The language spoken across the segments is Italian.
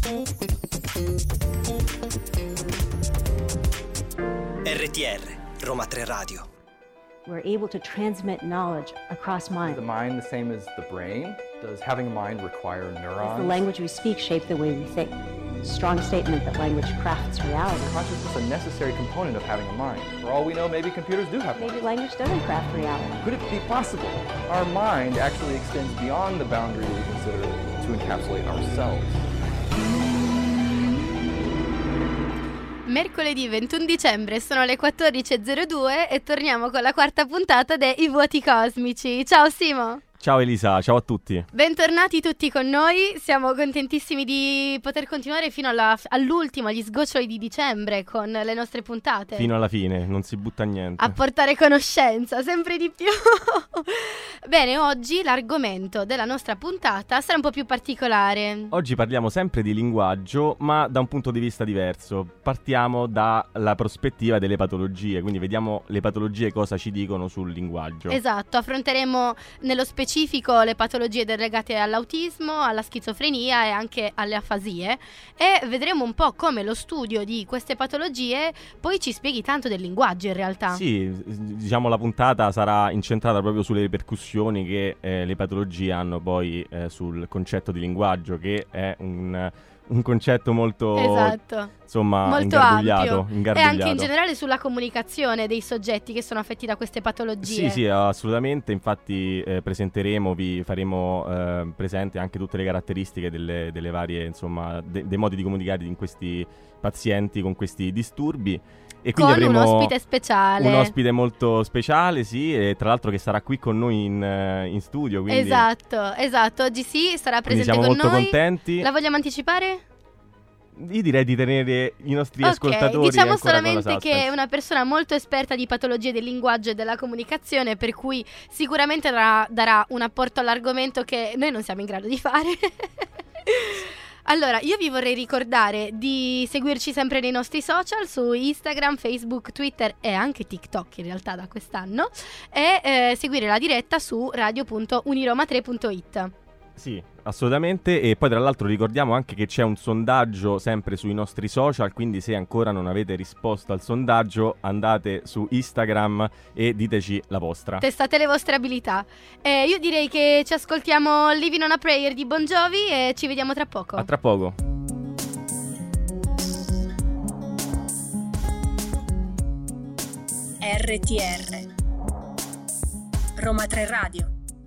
RTR, Roma 3 Radio. We're able to transmit knowledge across mind. Is the mind the same as the brain? Does having a mind require neurons? Does the language we speak shape the way we think? Strong statement that language crafts reality. Consciousness is a necessary component of having a mind. For all we know, maybe computers do have Maybe minds. language doesn't craft reality. Could it be possible our mind actually extends beyond the boundary we consider to encapsulate ourselves? Mercoledì 21 dicembre, sono le 14.02 e torniamo con la quarta puntata dei I Vuoti Cosmici. Ciao Simo! Ciao Elisa, ciao a tutti. Bentornati tutti con noi, siamo contentissimi di poter continuare fino all'ultimo, agli sgoccioli di dicembre con le nostre puntate. Fino alla fine, non si butta niente. A portare conoscenza, sempre di più. Bene, oggi l'argomento della nostra puntata sarà un po' più particolare. Oggi parliamo sempre di linguaggio, ma da un punto di vista diverso. Partiamo dalla prospettiva delle patologie, quindi vediamo le patologie cosa ci dicono sul linguaggio. Esatto, affronteremo nello specifico le patologie legate all'autismo, alla schizofrenia e anche alle afasie e vedremo un po' come lo studio di queste patologie poi ci spieghi tanto del linguaggio in realtà. Sì, diciamo la puntata sarà incentrata proprio sulle ripercussioni che le patologie hanno poi sul concetto di linguaggio, che è un concetto molto, esatto, insomma, molto ampio e anche in generale sulla comunicazione dei soggetti che sono affetti da queste patologie. Sì, assolutamente, infatti presenteremo, vi faremo presente anche tutte le caratteristiche delle varie, insomma, dei modi di comunicare in questi pazienti con questi disturbi. E quindi con avremo un ospite speciale. Un ospite molto speciale, sì, e tra l'altro che sarà qui con noi in studio. Quindi Esatto, oggi sì, sarà presente con noi. Siamo molto contenti. La vogliamo anticipare? Io direi di tenere i nostri ascoltatori diciamo solamente che è una persona molto esperta di patologie del linguaggio e della comunicazione, per cui sicuramente darà un apporto all'argomento che noi non siamo in grado di fare. Allora, io vi vorrei ricordare di seguirci sempre nei nostri social, su Instagram, Facebook, Twitter e anche TikTok in realtà da quest'anno, e seguire la diretta su radio.uniroma3.it. Sì, assolutamente, e poi tra l'altro ricordiamo anche che c'è un sondaggio sempre sui nostri social, quindi se ancora non avete risposto al sondaggio andate su Instagram e diteci la vostra. Testate le vostre abilità. Io direi che ci ascoltiamo Living on a Prayer di Bon Jovi e ci vediamo tra poco. A tra poco. RTR Roma 3 Radio.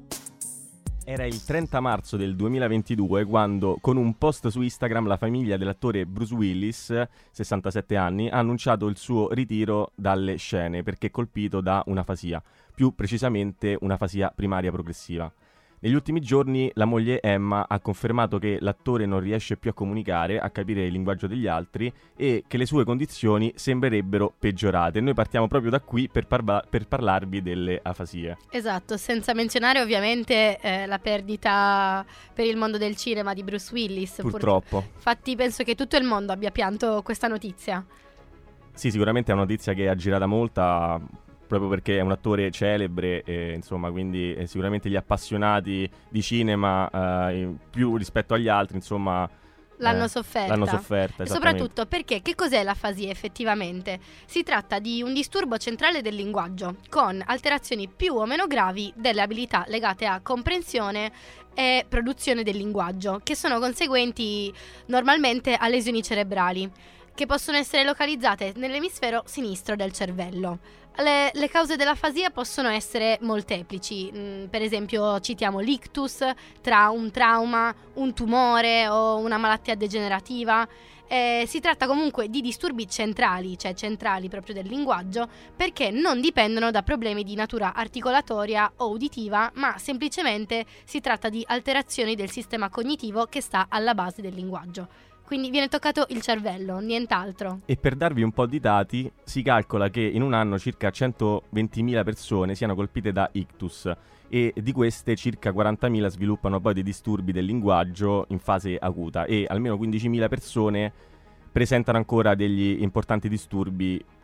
Era il 30 marzo del 2022 quando, con un post su Instagram, la famiglia dell'attore Bruce Willis, 67 anni, ha annunciato il suo ritiro dalle scene perché colpito da un'afasia, più precisamente un'afasia primaria progressiva. Negli ultimi giorni la moglie Emma ha confermato che l'attore non riesce più a comunicare, a capire il linguaggio degli altri e che le sue condizioni sembrerebbero peggiorate. Noi partiamo proprio da qui per parlarvi delle afasie. Esatto, senza menzionare ovviamente la perdita per il mondo del cinema di Bruce Willis. Purtroppo. Infatti penso che tutto il mondo abbia pianto questa notizia. Sì, sicuramente è una notizia che ha girata molta, proprio perché è un attore celebre, insomma, quindi sicuramente gli appassionati di cinema più rispetto agli altri, insomma, l'hanno sofferta. Soprattutto perché che cos'è l'afasia effettivamente? Si tratta di un disturbo centrale del linguaggio con alterazioni più o meno gravi delle abilità legate a comprensione e produzione del linguaggio, che sono conseguenti normalmente a lesioni cerebrali che possono essere localizzate nell'emisfero sinistro del cervello. Le cause dell'afasia possono essere molteplici, per esempio citiamo l'ictus, un trauma, un tumore o una malattia degenerativa. Si tratta comunque di disturbi centrali, cioè centrali proprio del linguaggio, perché non dipendono da problemi di natura articolatoria o uditiva, ma semplicemente si tratta di alterazioni del sistema cognitivo che sta alla base del linguaggio. Quindi viene toccato il cervello, nient'altro. E per darvi un po' di dati, si calcola che in un anno circa 120.000 persone siano colpite da ictus e di queste circa 40.000 sviluppano poi dei disturbi del linguaggio in fase acuta e almeno 15.000 persone presentano ancora degli importanti disturbi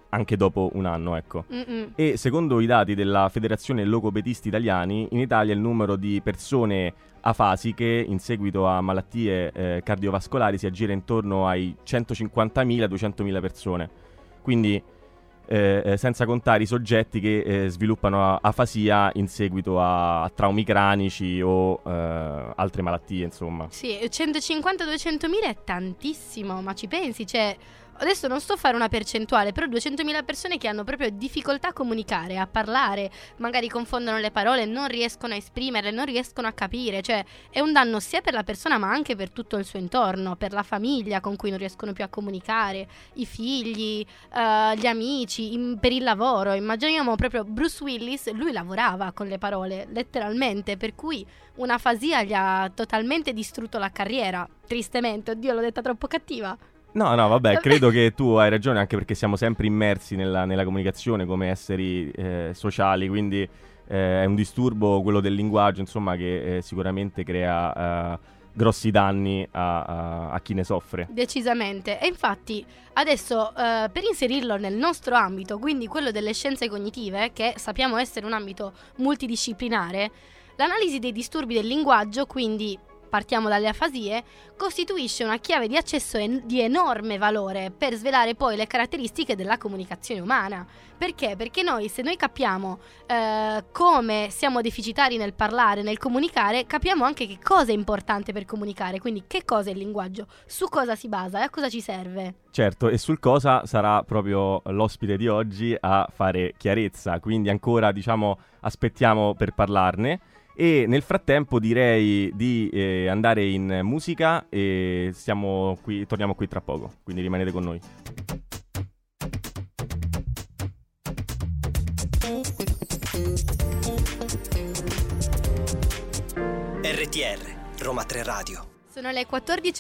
anche dopo un anno, ecco. E secondo i dati della Federazione Logopedisti Italiani, in Italia il numero di persone afasiche in seguito a malattie cardiovascolari si aggira intorno ai 150.000-200.000 persone. Quindi senza contare i soggetti che sviluppano afasia in seguito a traumi cranici o altre malattie, insomma. Sì, 150-200.000 è tantissimo, ma ci pensi? Cioè, adesso non sto a fare una percentuale, però 200.000 persone che hanno proprio difficoltà a comunicare, a parlare, magari confondono le parole, non riescono a esprimerle, non riescono a capire. Cioè, è un danno sia per la persona ma anche per tutto il suo intorno, per la famiglia con cui non riescono più a comunicare, i figli, gli amici, per il lavoro. Immaginiamo proprio Bruce Willis, lui lavorava con le parole, letteralmente, per cui un'afasia gli ha totalmente distrutto la carriera, tristemente. Oddio, l'ho detta troppo cattiva. No, vabbè, credo che tu hai ragione, anche perché siamo sempre immersi nella comunicazione come esseri sociali, quindi è un disturbo quello del linguaggio, insomma, che sicuramente crea grossi danni a chi ne soffre. Decisamente. E infatti adesso per inserirlo nel nostro ambito, quindi quello delle scienze cognitive, che sappiamo essere un ambito multidisciplinare, l'analisi dei disturbi del linguaggio, quindi partiamo dalle afasie, costituisce una chiave di accesso di enorme valore per svelare poi le caratteristiche della comunicazione umana. Perché? Perché se noi capiamo come siamo deficitari nel parlare, nel comunicare, capiamo anche che cosa è importante per comunicare, quindi che cosa è il linguaggio, su cosa si basa e a cosa ci serve. Certo, e sul cosa sarà proprio l'ospite di oggi a fare chiarezza, quindi ancora, aspettiamo per parlarne. E nel frattempo direi di andare in musica e torniamo qui tra poco, quindi rimanete con noi. RTR, Roma 3 Radio. Sono le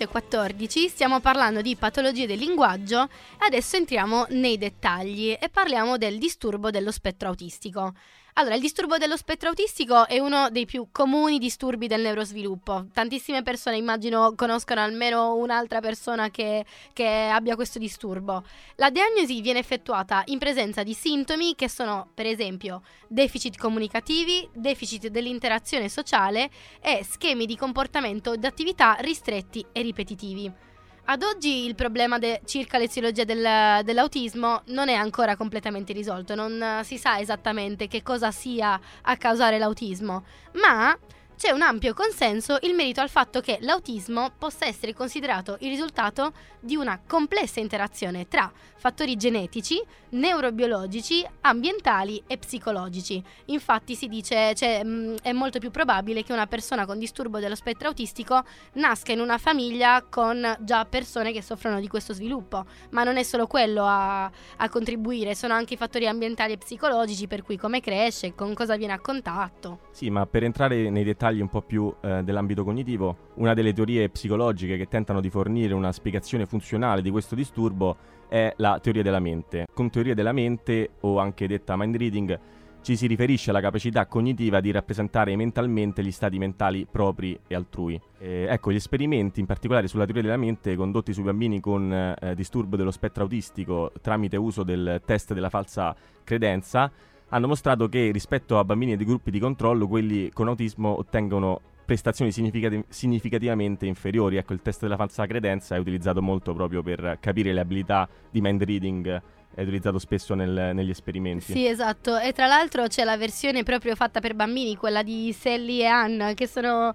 14:14, stiamo parlando di patologie del linguaggio e adesso entriamo nei dettagli e parliamo del disturbo dello spettro autistico. Allora, il disturbo dello spettro autistico è uno dei più comuni disturbi del neurosviluppo. Tantissime persone, immagino, conoscono almeno un'altra persona che abbia questo disturbo. La diagnosi viene effettuata in presenza di sintomi che sono, per esempio, deficit comunicativi, deficit dell'interazione sociale e schemi di comportamento ed attività ristretti e ripetitivi. Ad oggi il problema circa l'eziologia dell'autismo non è ancora completamente risolto, non si sa esattamente che cosa sia a causare l'autismo, ma c'è un ampio consenso in merito al fatto che l'autismo possa essere considerato il risultato di una complessa interazione tra fattori genetici, neurobiologici, ambientali e psicologici. Infatti si dice, è molto più probabile che una persona con disturbo dello spettro autistico nasca in una famiglia con già persone che soffrono di questo sviluppo, ma non è solo quello a contribuire, sono anche i fattori ambientali e psicologici, per cui come cresce, con cosa viene a contatto. Sì, ma per entrare nei dettagli un po' più dell'ambito cognitivo, una delle teorie psicologiche che tentano di fornire una spiegazione funzionale di questo disturbo è la teoria della mente. Con teoria della mente, o anche detta mind reading, ci si riferisce alla capacità cognitiva di rappresentare mentalmente gli stati mentali propri e altrui. Ecco, gli esperimenti, in particolare sulla teoria della mente, condotti sui bambini con disturbo dello spettro autistico tramite uso del test della falsa credenza, hanno mostrato che rispetto a bambini di gruppi di controllo, quelli con autismo ottengono prestazioni significativamente inferiori. Ecco, il test della falsa credenza è utilizzato molto proprio per capire le abilità di mind reading, è utilizzato spesso negli esperimenti. Sì, esatto, e tra l'altro c'è la versione proprio fatta per bambini, quella di Sally e Ann, che sono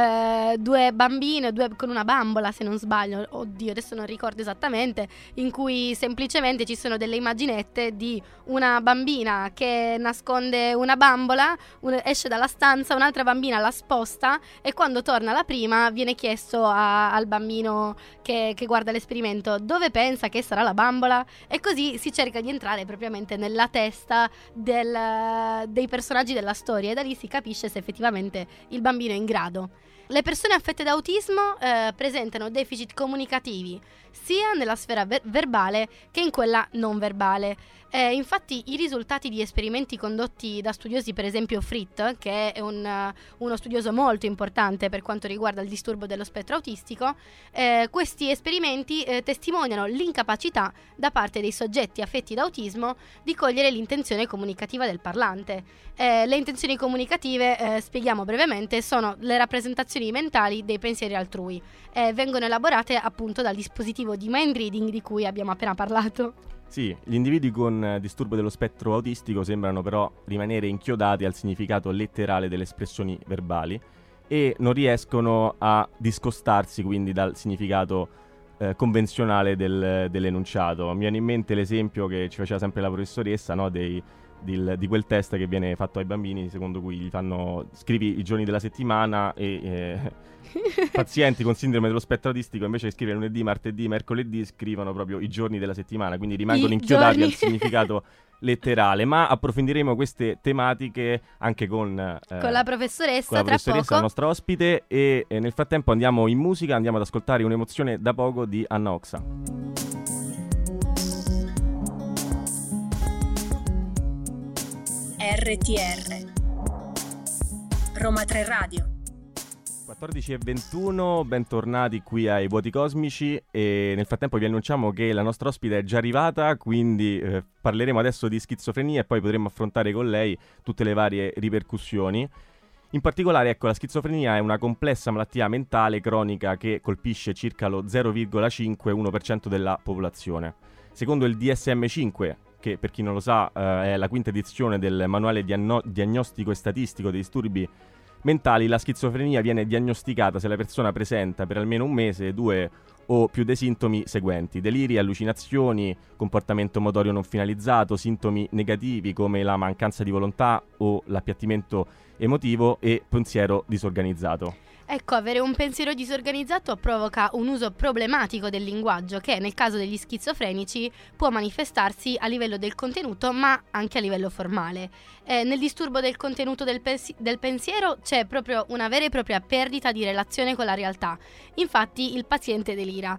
due bambine, con una bambola, se non sbaglio, oddio adesso non ricordo esattamente, in cui semplicemente ci sono delle immaginette di una bambina che nasconde una bambola, esce dalla stanza, un'altra bambina la sposta e quando torna la prima viene chiesto al bambino che guarda l'esperimento dove pensa che sarà la bambola, e così si cerca di entrare propriamente nella testa dei personaggi della storia, e da lì si capisce se effettivamente il bambino è in grado. Le persone affette da autismo presentano deficit comunicativi sia nella sfera verbale che in quella non verbale. Infatti i risultati di esperimenti condotti da studiosi, per esempio Fritt, che è uno studioso molto importante per quanto riguarda il disturbo dello spettro autistico, questi esperimenti testimoniano l'incapacità da parte dei soggetti affetti da autismo di cogliere l'intenzione comunicativa del parlante. Le intenzioni comunicative, spieghiamo brevemente, sono le rappresentazioni mentali dei pensieri altrui. Vengono elaborate appunto dal dispositivo di mind reading di cui abbiamo appena parlato. Sì, gli individui con disturbo dello spettro autistico sembrano però rimanere inchiodati al significato letterale delle espressioni verbali e non riescono a discostarsi quindi dal significato convenzionale dell'enunciato. Mi viene in mente l'esempio che ci faceva sempre la professoressa, no, di quel test che viene fatto ai bambini, secondo cui gli fanno scrivi i giorni della settimana e pazienti con sindrome dello spettro autistico invece di scrivere lunedì, martedì, mercoledì scrivono proprio i giorni della settimana, quindi rimangono inchiodati al significato letterale. Ma approfondiremo queste tematiche anche con la professoressa, tra poco, la nostra ospite, e nel frattempo andiamo in musica, andiamo ad ascoltare Un'emozione da poco di Anna Oxa. RTR Roma 3 Radio. 14:21, bentornati qui ai Vuoti Cosmici, e nel frattempo vi annunciamo che la nostra ospite è già arrivata, quindi parleremo adesso di schizofrenia e poi potremo affrontare con lei tutte le varie ripercussioni. In particolare, ecco, la schizofrenia è una complessa malattia mentale cronica che colpisce circa lo 0,5-1% della popolazione. Secondo il DSM-5, che per chi non lo sa è la quinta edizione del manuale diagnostico e statistico dei disturbi mentali, la schizofrenia viene diagnosticata se la persona presenta per almeno un mese 2 o più dei sintomi seguenti: deliri, allucinazioni, comportamento motorio non finalizzato, sintomi negativi come la mancanza di volontà o l'appiattimento emotivo e pensiero disorganizzato. Ecco, avere un pensiero disorganizzato provoca un uso problematico del linguaggio che, nel caso degli schizofrenici, può manifestarsi a livello del contenuto ma anche a livello formale. Nel disturbo del contenuto del pensiero c'è proprio una vera e propria perdita di relazione con la realtà. Infatti il paziente delira,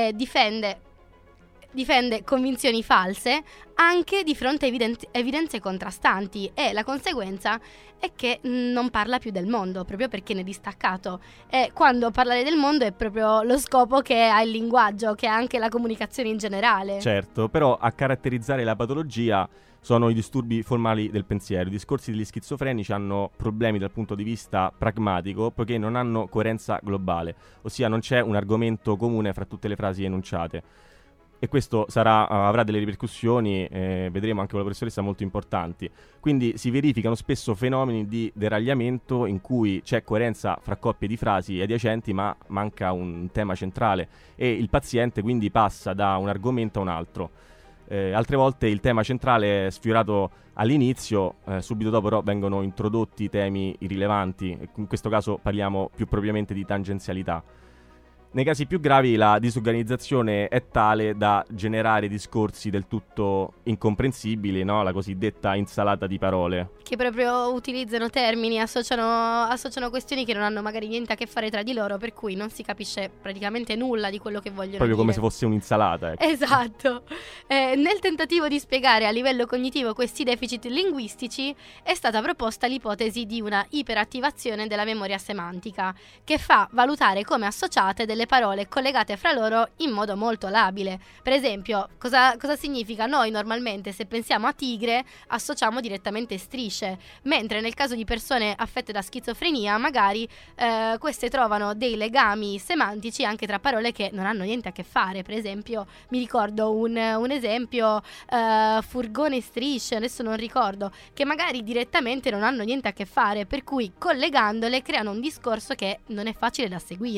difende convinzioni false anche di fronte a evidenze contrastanti, e la conseguenza è che non parla più del mondo, proprio perché ne è distaccato. E quando parlare del mondo è proprio lo scopo che ha il linguaggio, che ha anche la comunicazione in generale. Certo, però a caratterizzare la patologia sono i disturbi formali del pensiero. I discorsi degli schizofrenici hanno problemi dal punto di vista pragmatico poiché non hanno coerenza globale, ossia non c'è un argomento comune fra tutte le frasi enunciate. E questo avrà delle ripercussioni, vedremo anche con la professoressa, molto importanti. Quindi si verificano spesso fenomeni di deragliamento in cui c'è coerenza fra coppie di frasi adiacenti ma manca un tema centrale e il paziente quindi passa da un argomento a un altro. Altre volte il tema centrale è sfiorato all'inizio, subito dopo però vengono introdotti temi irrilevanti, in questo caso parliamo più propriamente di tangenzialità. Nei casi più gravi la disorganizzazione è tale da generare discorsi del tutto incomprensibili, no? La cosiddetta insalata di parole. Che proprio utilizzano termini, associano questioni che non hanno magari niente a che fare tra di loro, per cui non si capisce praticamente nulla di quello che vogliono proprio dire. Come se fosse un'insalata, ecco. Esatto. Nel tentativo di spiegare a livello cognitivo questi deficit linguistici è stata proposta l'ipotesi di una iperattivazione della memoria semantica, che fa valutare come associate delle parole collegate fra loro in modo molto labile. Per esempio, cosa significa? Noi normalmente, se pensiamo a tigre, associamo direttamente strisce, mentre nel caso di persone affette da schizofrenia magari queste trovano dei legami semantici anche tra parole che non hanno niente a che fare. Per esempio, mi ricordo un esempio, furgone e strisce, adesso non ricordo, che magari direttamente non hanno niente a che fare, per cui collegandole creano un discorso che non è facile da seguire.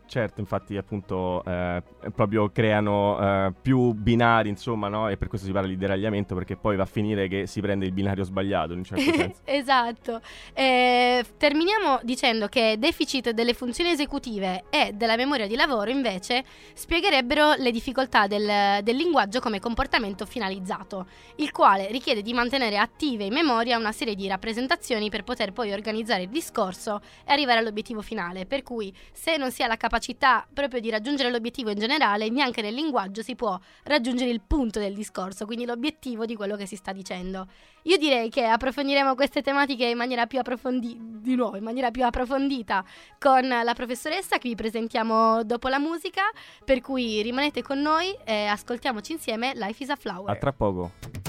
Certo, infatti appunto proprio creano più binari, insomma, no? E per questo si parla di deragliamento, perché poi va a finire che si prende il binario sbagliato in un certo senso. Esatto. Terminiamo dicendo che deficit delle funzioni esecutive e della memoria di lavoro invece spiegherebbero le difficoltà del linguaggio come comportamento finalizzato, il quale richiede di mantenere attive in memoria una serie di rappresentazioni per poter poi organizzare il discorso e arrivare all'obiettivo finale, per cui se non si ha la capacità proprio di raggiungere l'obiettivo in generale, neanche nel linguaggio si può raggiungere il punto del discorso, quindi l'obiettivo di quello che si sta dicendo. Io direi che approfondiremo queste tematiche in maniera più approfondita con la professoressa che vi presentiamo dopo la musica, per cui rimanete con noi e ascoltiamoci insieme Life is a Flower. A tra poco.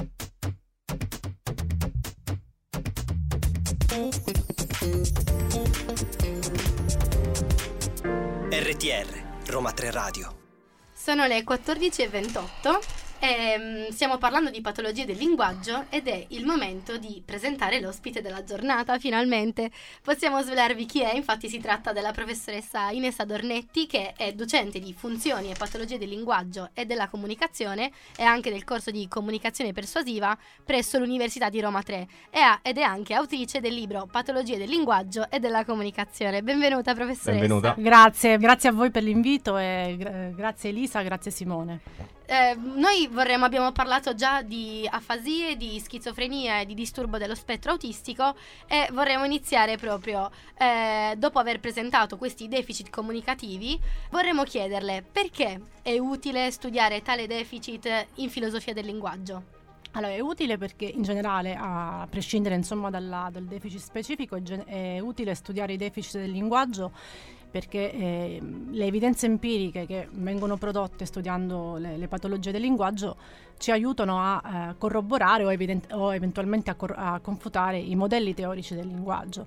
RTR, Roma 3 Radio. Sono le 14:28 e stiamo parlando di patologie del linguaggio ed è il momento di presentare l'ospite della giornata, finalmente. Possiamo svelarvi chi è, infatti si tratta della professoressa Ines Adornetti, che è docente di funzioni e patologie del linguaggio e della comunicazione e anche del corso di comunicazione persuasiva presso l'Università di Roma 3 ed è anche autrice del libro Patologie del linguaggio e della comunicazione. Benvenuta professoressa. Benvenuta. Grazie a voi per l'invito e grazie Elisa, grazie Simone. Noi abbiamo parlato già di afasie, di schizofrenia e di disturbo dello spettro autistico e vorremmo iniziare proprio dopo aver presentato questi deficit comunicativi. Vorremmo chiederle perché è utile studiare tale deficit in filosofia del linguaggio. Allora, è utile perché in generale, a prescindere insomma dal deficit specifico, è utile studiare i deficit del linguaggio perché le evidenze empiriche che vengono prodotte studiando le patologie del linguaggio ci aiutano a corroborare o eventualmente a confutare i modelli teorici del linguaggio.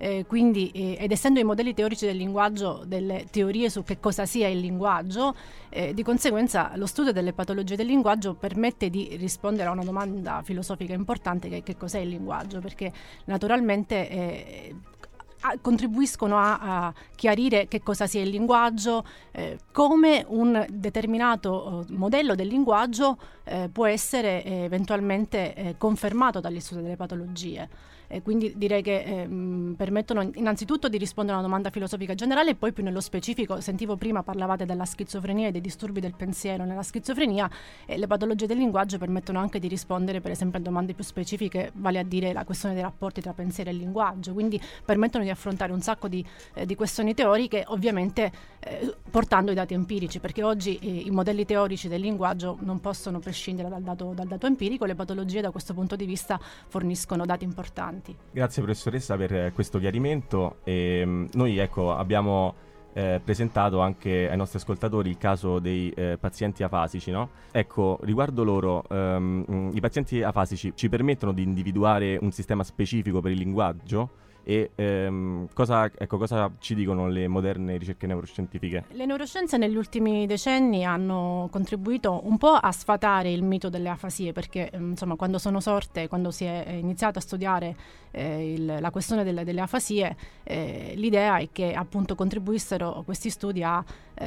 Ed essendo i modelli teorici del linguaggio delle teorie su che cosa sia il linguaggio, di conseguenza lo studio delle patologie del linguaggio permette di rispondere a una domanda filosofica importante, che cos'è il linguaggio, perché naturalmente contribuiscono a chiarire che cosa sia il linguaggio, come un determinato modello del linguaggio può essere eventualmente confermato dagli studi delle patologie. Quindi direi che permettono innanzitutto di rispondere a una domanda filosofica generale e poi più nello specifico. Sentivo prima parlavate della schizofrenia e dei disturbi del pensiero nella schizofrenia, le patologie del linguaggio permettono anche di rispondere per esempio a domande più specifiche, vale a dire la questione dei rapporti tra pensiero e linguaggio, quindi permettono di affrontare un sacco di questioni teoriche, ovviamente portando i dati empirici, perché oggi i modelli teorici del linguaggio non possono prescindere dal dato empirico. Le patologie da questo punto di vista forniscono dati importanti. Grazie professoressa per questo chiarimento. Noi abbiamo presentato anche ai nostri ascoltatori il caso dei pazienti afasici, no? Ecco, riguardo loro, i pazienti afasici ci permettono di individuare un sistema specifico per il linguaggio? E cosa ci dicono le moderne ricerche neuroscientifiche? Le neuroscienze negli ultimi decenni hanno contribuito un po' a sfatare il mito delle afasie, perché insomma quando si è iniziato a studiare la questione delle afasie, l'idea è che appunto contribuissero questi studi a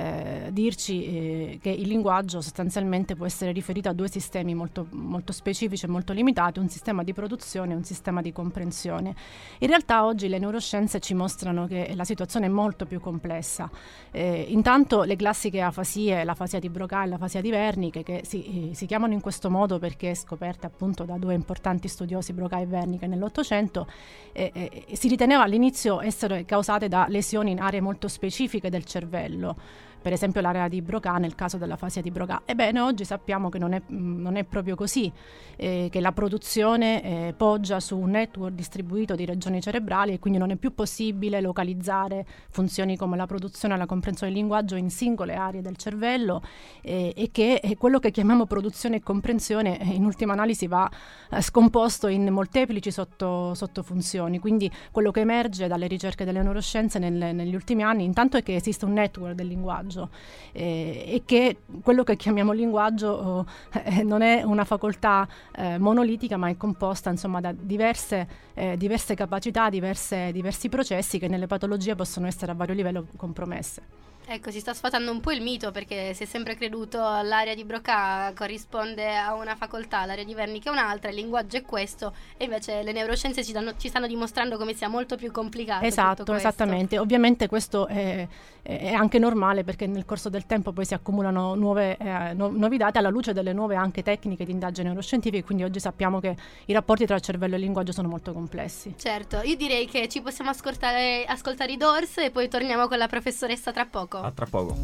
dirci che il linguaggio sostanzialmente può essere riferito a due sistemi molto, molto specifici e molto limitati, un sistema di produzione e un sistema di comprensione. In realtà oggi le neuroscienze ci mostrano che la situazione è molto più complessa. Intanto le classiche afasie, l'afasia di Broca e l'afasia di Wernicke, che si chiamano in questo modo perché scoperte appunto da due importanti studiosi, Broca e Wernicke, nell'Ottocento, si riteneva all'inizio essere causate da lesioni in aree molto specifiche del cervello, per esempio l'area di Broca nel caso dell'afasia di Broca. Ebbene, oggi sappiamo che non è proprio così, che la produzione poggia su un network distribuito di regioni cerebrali e quindi non è più possibile localizzare funzioni come la produzione e la comprensione del linguaggio in singole aree del cervello, e che quello che chiamiamo produzione e comprensione in ultima analisi va scomposto in molteplici sottofunzioni. Quindi quello che emerge dalle ricerche delle neuroscienze negli ultimi anni intanto è che esiste un network del linguaggio, e che quello che chiamiamo linguaggio non è una facoltà monolitica, ma è composta insomma da diverse capacità, diversi processi che nelle patologie possono essere a vario livello compromesse. Ecco, si sta sfatando un po' il mito, perché si è sempre creduto l'area di Broca corrisponde a una facoltà, l'area di Wernicke è un'altra, il linguaggio è questo, e invece le neuroscienze ci stanno dimostrando come sia molto più complicato. Esatto, esattamente. Ovviamente questo è anche normale, perché nel corso del tempo poi si accumulano nuovi dati alla luce delle nuove anche tecniche di indagine neuroscientifiche, quindi oggi sappiamo che i rapporti tra cervello e linguaggio sono molto complessi. Certo, io direi che ci possiamo ascoltare i Doors e poi torniamo con la professoressa tra poco. A tra poco.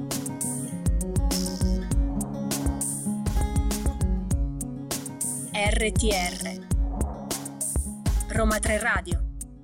RTR Roma 3 Radio.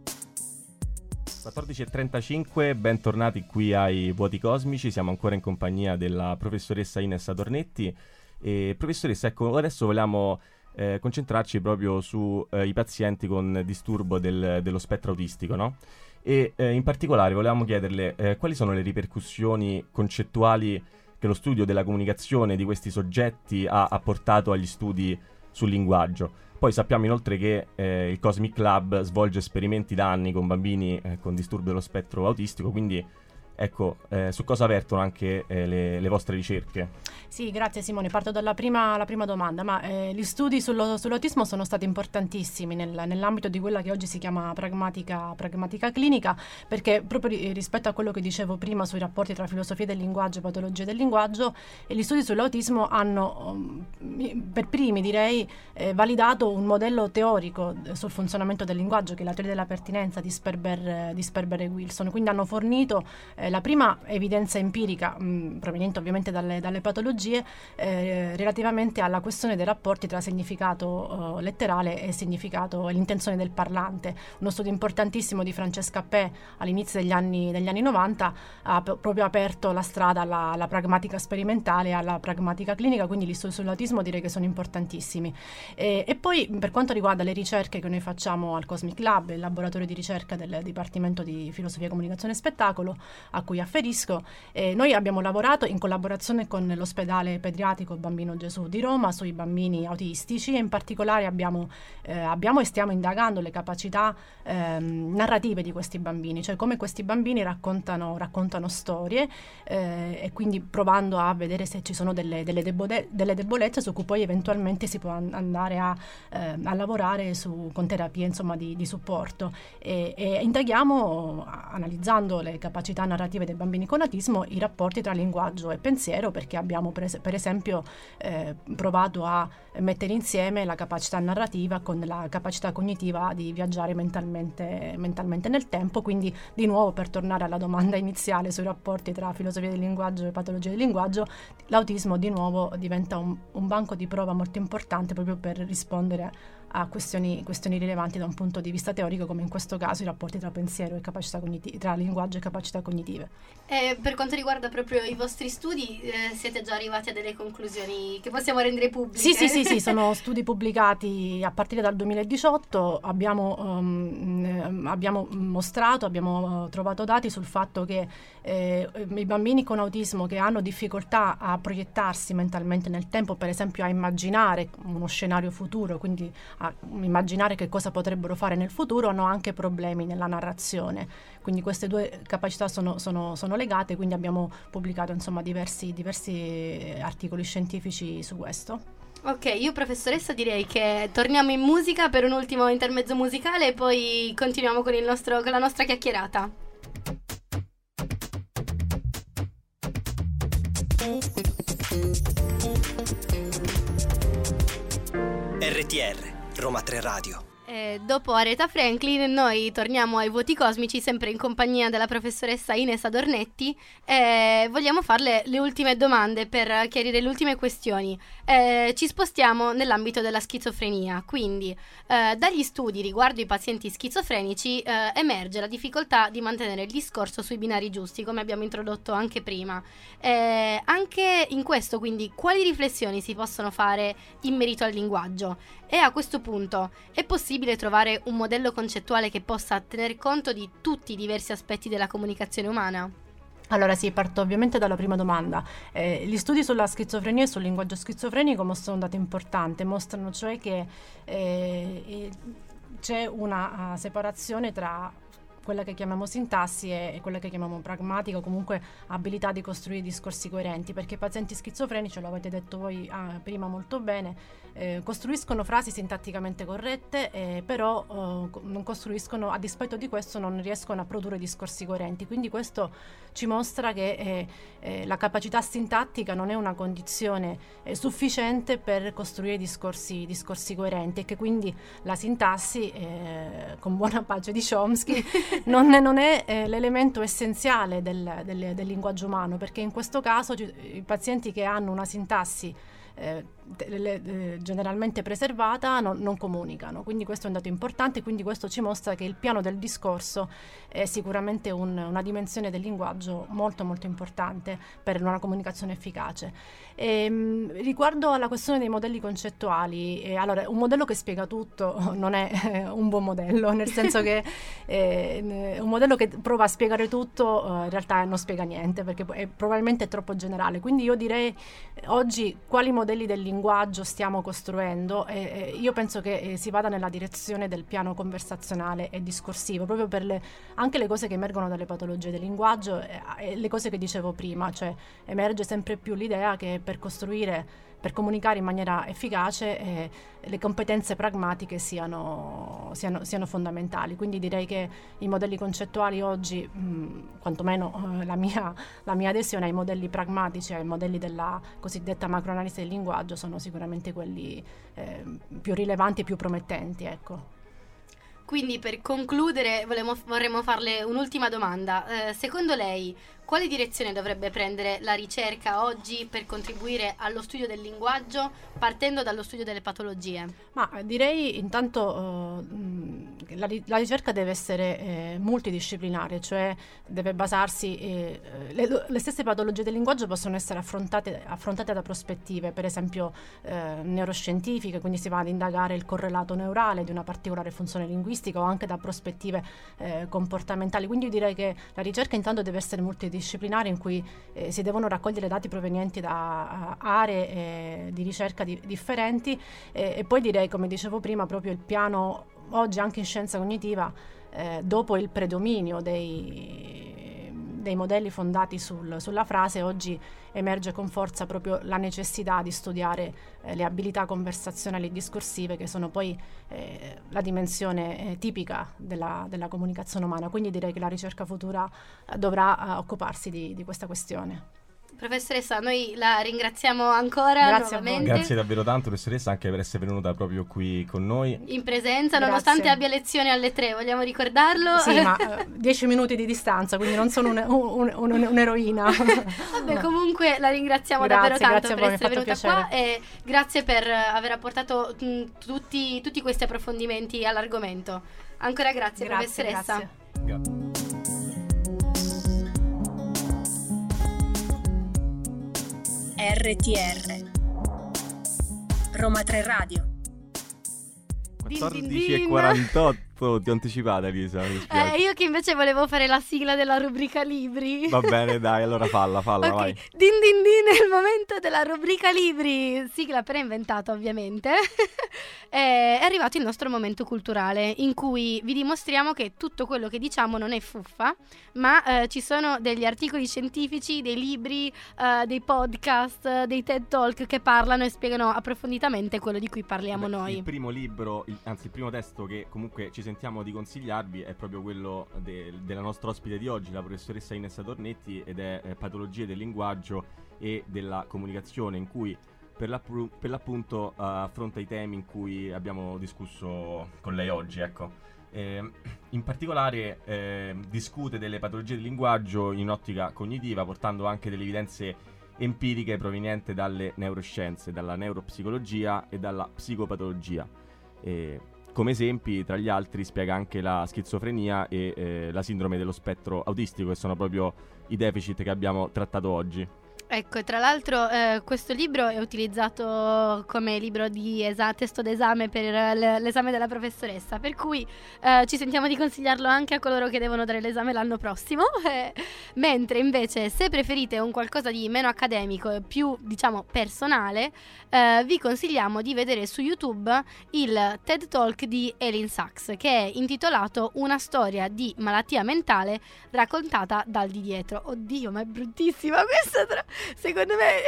14:35, bentornati qui ai Vuoti Cosmici, siamo ancora in compagnia della professoressa Ines Adornetti. E professoressa, ecco, adesso vogliamo concentrarci proprio sui pazienti con disturbo dello spettro autistico, no? E in particolare volevamo chiederle quali sono le ripercussioni concettuali che lo studio della comunicazione di questi soggetti ha portato agli studi sul linguaggio. Poi sappiamo inoltre che il Cosmic Lab svolge esperimenti da anni con bambini con disturbo dello spettro autistico, quindi ecco, su cosa vertono anche le vostre ricerche? Sì, grazie Simone. Parto dalla prima domanda, ma gli studi sull'autismo sono stati importantissimi nell'ambito di quella che oggi si chiama pragmatica clinica, perché proprio rispetto a quello che dicevo prima sui rapporti tra filosofia del linguaggio e patologie del linguaggio, gli studi sull'autismo hanno per primi, direi, validato un modello teorico sul funzionamento del linguaggio, che è la teoria della pertinenza di Sperber e Wilson. Quindi hanno fornito la prima evidenza empirica, proveniente ovviamente dalle patologie, relativamente alla questione dei rapporti tra significato letterale e significato e l'intenzione del parlante. Uno studio importantissimo di Francesca Appè all'inizio degli anni 90 ha proprio aperto la strada alla pragmatica sperimentale e alla pragmatica clinica, quindi gli studi sull'autismo direi che sono importantissimi. E poi per quanto riguarda le ricerche che noi facciamo al Cosmic Lab, il laboratorio di ricerca del Dipartimento di Filosofia, Comunicazione e Spettacolo, a cui afferisco, noi abbiamo lavorato in collaborazione con l'ospedale pediatrico Bambino Gesù di Roma sui bambini autistici, e in particolare abbiamo e stiamo indagando le capacità narrative di questi bambini, cioè come questi bambini raccontano storie, e quindi provando a vedere se ci sono delle debolezze su cui poi eventualmente si può andare a lavorare con terapie, insomma, di supporto, e indaghiamo, analizzando le capacità narrative dei bambini con autismo, i rapporti tra linguaggio e pensiero, perché abbiamo per esempio provato a mettere insieme la capacità narrativa con la capacità cognitiva di viaggiare mentalmente nel tempo. Quindi, di nuovo, per tornare alla domanda iniziale sui rapporti tra filosofia del linguaggio e patologia del linguaggio, l'autismo di nuovo diventa un banco di prova molto importante proprio per rispondere a questioni rilevanti da un punto di vista teorico, come in questo caso i rapporti tra pensiero e capacità cognitive, tra linguaggio e capacità cognitive. Per quanto riguarda proprio i vostri studi, siete già arrivati a delle conclusioni che possiamo rendere pubbliche? Sì, sono studi pubblicati a partire dal 2018. Abbiamo trovato dati sul fatto che i bambini con autismo che hanno difficoltà a proiettarsi mentalmente nel tempo, per esempio a immaginare uno scenario futuro, quindi a immaginare che cosa potrebbero fare nel futuro, hanno anche problemi nella narrazione. Quindi queste due capacità sono legate, quindi abbiamo pubblicato, insomma, diversi articoli scientifici su questo. Ok, io professoressa direi che torniamo in musica per un ultimo intermezzo musicale e poi continuiamo con la nostra chiacchierata. RTR Roma 3 Radio. Dopo Aretha Franklin noi torniamo ai Vuoti Cosmici, sempre in compagnia della professoressa Ines Adornetti, e vogliamo farle le ultime domande per chiarire le ultime questioni. Ci spostiamo nell'ambito della schizofrenia, quindi dagli studi riguardo i pazienti schizofrenici emerge la difficoltà di mantenere il discorso sui binari giusti, come abbiamo introdotto anche prima. Anche in questo, quindi, quali riflessioni si possono fare in merito al linguaggio? E a questo punto è possibile trovare un modello concettuale che possa tener conto di tutti i diversi aspetti della comunicazione umana? Allora sì, parto ovviamente dalla prima domanda. Gli studi sulla schizofrenia e sul linguaggio schizofrenico mostrano un dato importante, mostrano cioè che c'è una separazione tra quella che chiamiamo sintassi e quella che chiamiamo pragmatica, o comunque abilità di costruire discorsi coerenti, perché i pazienti schizofrenici, lo avete detto voi prima molto bene, costruiscono frasi sintatticamente corrette, però non costruiscono, a dispetto di questo non riescono a produrre discorsi coerenti, quindi questo ci mostra che la capacità sintattica non è una condizione sufficiente per costruire discorsi coerenti, e che quindi la sintassi, con buona pace di Chomsky, non è l'elemento essenziale del linguaggio umano, perché in questo caso i pazienti che hanno una sintassi generalmente preservata non comunicano, quindi questo è un dato importante, quindi questo ci mostra che il piano del discorso è sicuramente una dimensione del linguaggio molto molto importante per una comunicazione efficace. Riguardo alla questione dei modelli concettuali, allora, un modello che spiega tutto non è un buon modello, nel senso che un modello che prova a spiegare tutto in realtà non spiega niente, perché probabilmente è troppo generale. Quindi io direi oggi quali modelli del linguaggio stiamo costruendo, io penso che si vada nella direzione del piano conversazionale e discorsivo, proprio per anche le cose che emergono dalle patologie del linguaggio e le cose che dicevo prima, cioè emerge sempre più l'idea che per comunicare in maniera efficace le competenze pragmatiche siano fondamentali. Quindi direi che i modelli concettuali oggi, quantomeno la mia adesione ai modelli pragmatici, ai modelli della cosiddetta macroanalisi del linguaggio, sono sicuramente quelli più rilevanti e più promettenti, ecco. Quindi per concludere vorremmo farle un'ultima domanda. Secondo lei quale direzione dovrebbe prendere la ricerca oggi per contribuire allo studio del linguaggio, partendo dallo studio delle patologie? Ma direi intanto la ricerca deve essere multidisciplinare, cioè deve basarsi, le stesse patologie del linguaggio possono essere affrontate da prospettive, per esempio neuroscientifiche, quindi si va ad indagare il correlato neurale di una particolare funzione linguistica, o anche da prospettive comportamentali. Quindi io direi che la ricerca intanto deve essere multidisciplinare, in cui si devono raccogliere dati provenienti da aree di ricerca differenti, e poi direi, come dicevo prima, proprio il piano oggi anche in scienza cognitiva, dopo il predominio dei modelli fondati sulla frase, oggi emerge con forza proprio la necessità di studiare le abilità conversazionali e discorsive, che sono poi la dimensione tipica della comunicazione umana. Quindi direi che la ricerca futura dovrà occuparsi di questa questione. Professoressa, noi la ringraziamo ancora. Grazie nuovamente. Grazie davvero tanto, professoressa, anche per essere venuta proprio qui con noi in presenza. Grazie. Nonostante abbia lezione alle 3, vogliamo ricordarlo. Sì, ma 10 minuti di distanza, quindi non sono un'eroina. Vabbè, comunque la ringraziamo davvero tanto per essere venuta qua, e grazie per aver apportato tutti questi approfondimenti all'argomento. Ancora grazie professoressa. Grazie. RTR Roma 3 Radio. 14:48. Ti ho anticipata, Elisa. Io che invece volevo fare la sigla della rubrica libri. Va bene, dai, allora falla, okay. Vai. Din din din, è il momento della rubrica libri. Sigla appena inventata, ovviamente. È arrivato il nostro momento culturale, in cui vi dimostriamo che tutto quello che diciamo non è fuffa, ma ci sono degli articoli scientifici, dei libri, dei podcast, dei TED Talk che parlano e spiegano approfonditamente quello di cui parliamo noi. Il primo libro, anzi il primo testo che comunque ci sentiamo di consigliarvi è proprio quello della nostra ospite di oggi, la professoressa Ines Tornetti, ed è Patologie del linguaggio e della comunicazione, in cui per l'appunto affronta i temi in cui abbiamo discusso con lei oggi, ecco. In particolare discute delle patologie del linguaggio in ottica cognitiva, portando anche delle evidenze empiriche provenienti dalle neuroscienze, dalla neuropsicologia e dalla psicopatologia. Come esempi, tra gli altri, spiega anche la schizofrenia e la sindrome dello spettro autistico, che sono proprio i deficit che abbiamo trattato oggi. Ecco, tra l'altro questo libro è utilizzato come libro di testo d'esame per l'esame della professoressa, per cui ci sentiamo di consigliarlo anche a coloro che devono dare l'esame l'anno prossimo, mentre invece se preferite un qualcosa di meno accademico e più, diciamo, personale, vi consigliamo di vedere su YouTube il TED Talk di Elin Sachs, che è intitolato Una storia di malattia mentale raccontata dal di dietro. Oddio, ma è bruttissima questa secondo me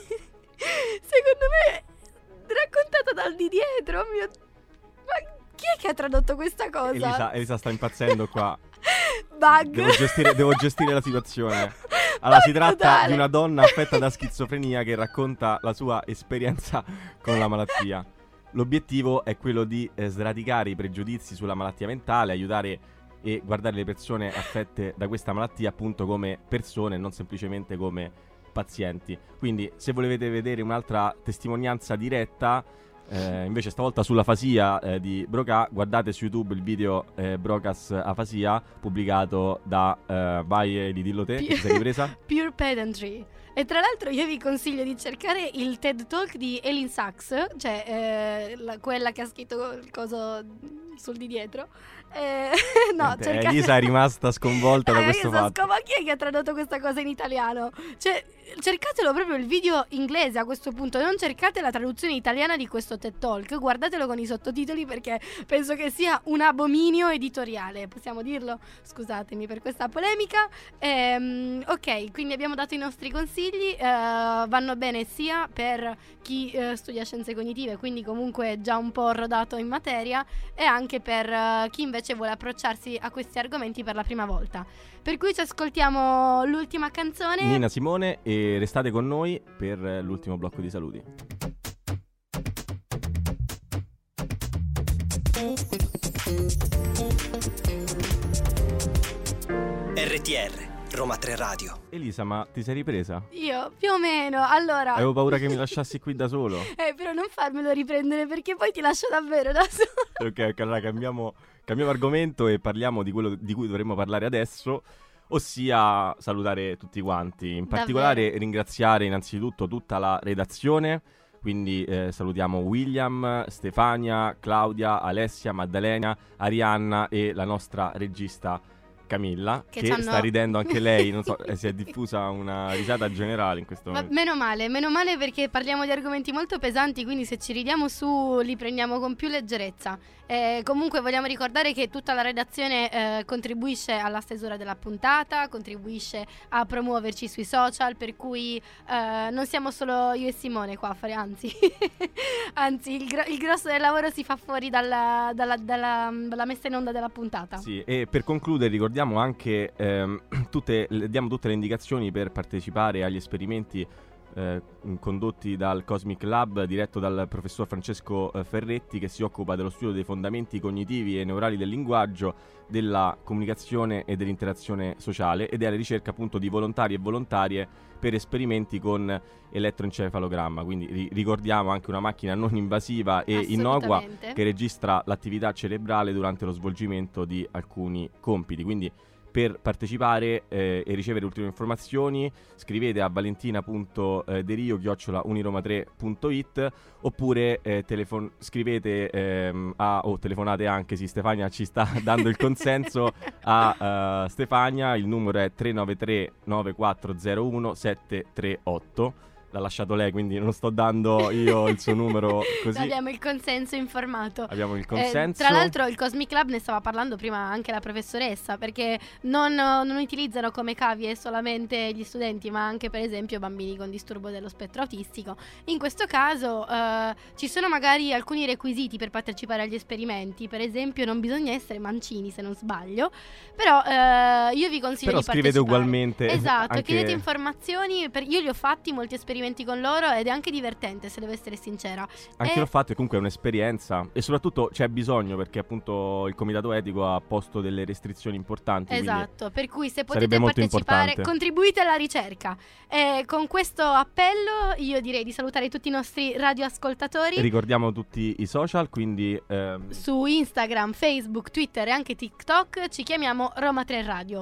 raccontata dal di dietro. Ma chi è che ha tradotto questa cosa? Elisa sta impazzendo qua. Bug. Devo gestire la situazione. Allora, si tratta di una donna affetta da schizofrenia che racconta la sua esperienza con la malattia. L'obiettivo è quello di sradicare i pregiudizi sulla malattia mentale, aiutare e guardare le persone affette da questa malattia appunto come persone, non semplicemente come pazienti. Quindi se volete vedere un'altra testimonianza diretta, invece stavolta sull'afasia di Broca, guardate su YouTube il video Brocas Afasia, pubblicato da vai di dillo te, che sei ripresa? Pure Pedantry. E tra l'altro io vi consiglio di cercare il TED Talk di Elin Sachs, cioè quella che ha scritto il coso sul di dietro. No, cercate... Elisa è rimasta sconvolta da questo fatto. Ma chi è che ha tradotto questa cosa in italiano? Cioè, cercatelo proprio il video inglese a questo punto, non cercate la traduzione italiana di questo TED Talk, guardatelo con i sottotitoli perché penso che sia un abominio editoriale, possiamo dirlo? Scusatemi per questa polemica. Ok, quindi abbiamo dato i nostri consigli, vanno bene sia per chi studia scienze cognitive, quindi comunque già un po' rodato in materia, e anche per chi invece vuole approcciarsi a questi argomenti per la prima volta. Per cui ci ascoltiamo l'ultima canzone, Nina Simone, e restate con noi per l'ultimo blocco di saluti. RTR Roma 3 Radio. Elisa, ma ti sei ripresa? Io più o meno. Allora, avevo paura che mi lasciassi qui da solo. Però non farmelo riprendere perché poi ti lascio davvero da solo. Ok, allora cambiamo argomento e parliamo di quello di cui dovremmo parlare adesso, ossia salutare tutti quanti. In particolare davvero ringraziare innanzitutto tutta la redazione. Quindi salutiamo William, Stefania, Claudia, Alessia, Maddalena, Arianna e la nostra regista Camilla, che sta ridendo anche lei, non so, si è diffusa una risata generale in questo momento. Meno male perché parliamo di argomenti molto pesanti, quindi se ci ridiamo su li prendiamo con più leggerezza. Comunque vogliamo ricordare che tutta la redazione contribuisce alla stesura della puntata, contribuisce a promuoverci sui social, per cui non siamo solo io e Simone qua a fare, anzi il grosso del lavoro si fa fuori dalla messa in onda della puntata. Sì, e per concludere ricordiamo anche diamo tutte le indicazioni per partecipare agli esperimenti condotti dal Cosmic Lab, diretto dal professor Francesco Ferretti, che si occupa dello studio dei fondamenti cognitivi e neurali del linguaggio, della comunicazione e dell'interazione sociale, ed è alla ricerca appunto di volontari e volontarie per esperimenti con elettroencefalogramma. Quindi ricordiamo anche una macchina non invasiva e innocua che registra l'attività cerebrale durante lo svolgimento di alcuni compiti. Quindi per partecipare e ricevere ulteriori informazioni scrivete a valentina.derio@uniroma3.it oppure scrivete o telefonate anche, se Stefania ci sta dando il consenso, a Stefania. Il numero è 393 9401 738. L'ha lasciato lei, quindi non sto dando io il suo numero così. Abbiamo il consenso informato. Abbiamo il consenso. Tra l'altro il Cosmic Lab ne stava parlando prima anche la professoressa, perché non utilizzano come cavie solamente gli studenti, ma anche per esempio bambini con disturbo dello spettro autistico. In questo caso ci sono magari alcuni requisiti per partecipare agli esperimenti. Per esempio non bisogna essere mancini, se non sbaglio. Però io vi consiglio di partecipare. Però scrivete ugualmente. Esatto, anche... chiedete informazioni. Io li ho fatti molti esperimenti con loro ed è anche divertente, se devo essere sincera. Anche l'ho fatto, e comunque è un'esperienza, e soprattutto c'è bisogno, perché appunto il comitato etico ha posto delle restrizioni importanti. Esatto, per cui se potete partecipare, contribuite alla ricerca. Con questo appello io direi di salutare tutti i nostri radioascoltatori. Ricordiamo tutti i social, quindi su Instagram, Facebook, Twitter e anche TikTok ci chiamiamo Roma 3 Radio.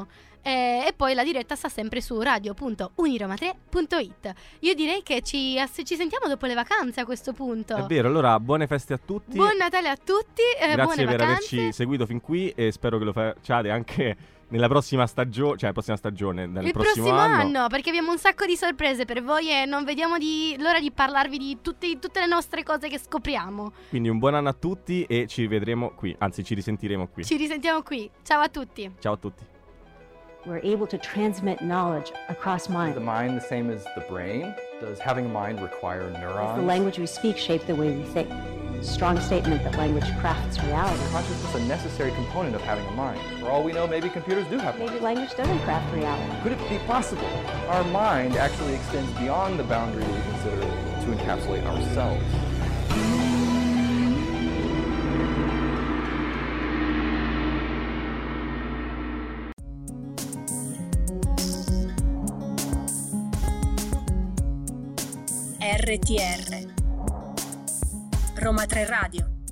e poi la diretta sta sempre su radio.uniroma3.it. Io direi che ci sentiamo dopo le vacanze a questo punto. È vero, allora buone feste a tutti. Buon Natale a tutti. Grazie per averci seguito fin qui e spero che lo facciate anche nella prossima stagione, cioè la prossima stagione, nel prossimo anno, perché abbiamo un sacco di sorprese per voi e non vediamo l'ora di parlarvi di tutte le nostre cose che scopriamo. Quindi un buon anno a tutti e ci vedremo qui, anzi ci risentiremo qui. Ci risentiamo qui. Ciao a tutti. Ciao a tutti. We're able to transmit knowledge across minds. Is the mind the same as the brain? Does having a mind require neurons? Does the language we speak shape the way we think? Strong statement that language crafts reality. Is consciousness a necessary component of having a mind? For all we know, maybe computers do have Maybe minds. language doesn't craft reality. Could it be possible? Our mind actually extends beyond the boundary we consider to encapsulate ourselves. RTR Roma 3 Radio.